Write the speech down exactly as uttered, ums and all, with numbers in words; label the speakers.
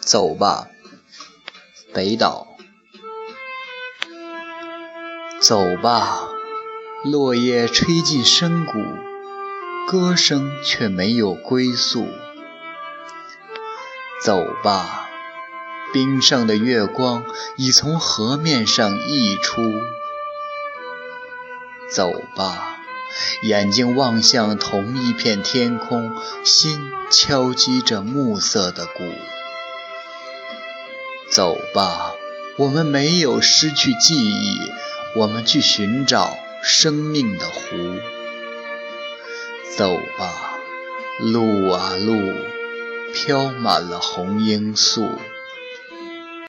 Speaker 1: 走吧，北岛。走吧，落叶吹进深谷，歌声却没有归宿。走吧，冰上的月光已从河面上溢出。走吧，眼睛望向同一片天空，心敲击着暮色的鼓。走吧，我们没有失去记忆，我们去寻找生命的湖。走吧，路啊路，飘满了红罂粟。